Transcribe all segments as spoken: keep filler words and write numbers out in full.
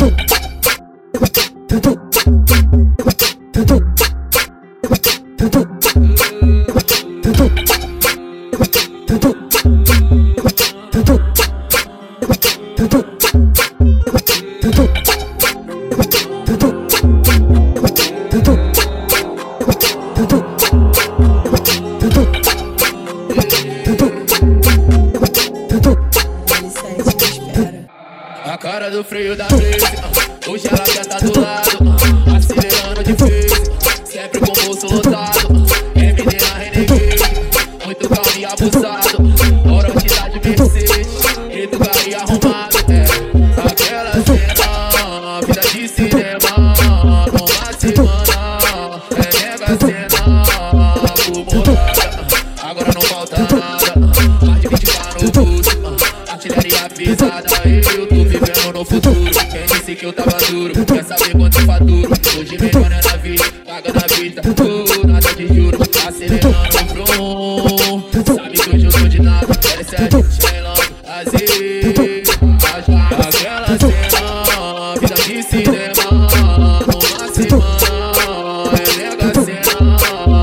A cara do freio da Blaze, hoje ela quer tá do lado, acelerando de vez, sempre com o bolso lotado. M D na Renegade, muito calmo e abusado, morosidade Mercedes, e do gari arrumado. É aquela cena, vida de cinema, numa semana, é mega cena, acumulada, agora não falta nada, mais de vinte k no bolso, artilharia pesada. Eu tô vivendo no futuro, quem disse que eu tava duro, quer saber quanto eu faturo? Hoje melhor é na vida, paga na vista, oh, nada de juro, acelerando o front. Sabe que hoje eu tô de nada, L sete, Shenlong, Aziz. Aquela cena, vida de cinema, numa semana, é mega cena,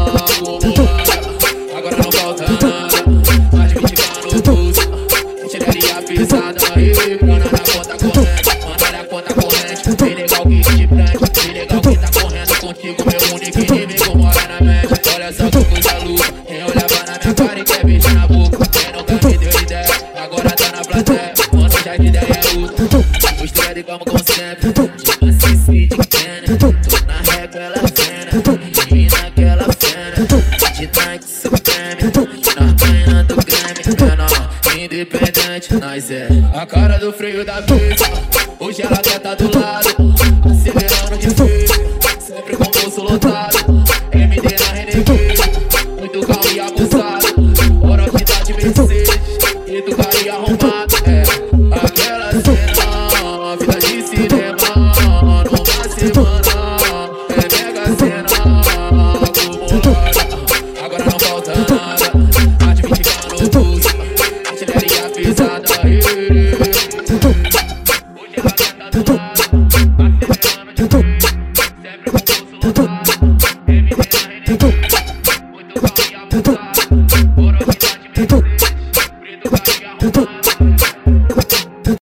acumulada, agora não falta nada, mais de vinte k no bolso, artilharia pesada. Grana na conta corrente, manda na conta corrente. Bem legal que te prende, bem legal que tá correndo contigo, meu único inimigo mora na mente. Olha só que coisa louca, quem olhava na minha cara e quer beijar na boca. Quem nunca me deu ideia, agora tá na plateia. Mano, já de ideia é outra, mistura como com sempre. Tipo assim, speed cannon, tô na régua, ela cena. E naquela cena, de Nike Supreme, nós ganhando Grammy, menor, independente, nós é a cara do freio da Blaze, hoje ela quer tá do lado, acelerando de vez, sempre com o bolso lotado. M D na Renegade, muito calmo e abusado, morosidade Mercedes, e do gari arrumado.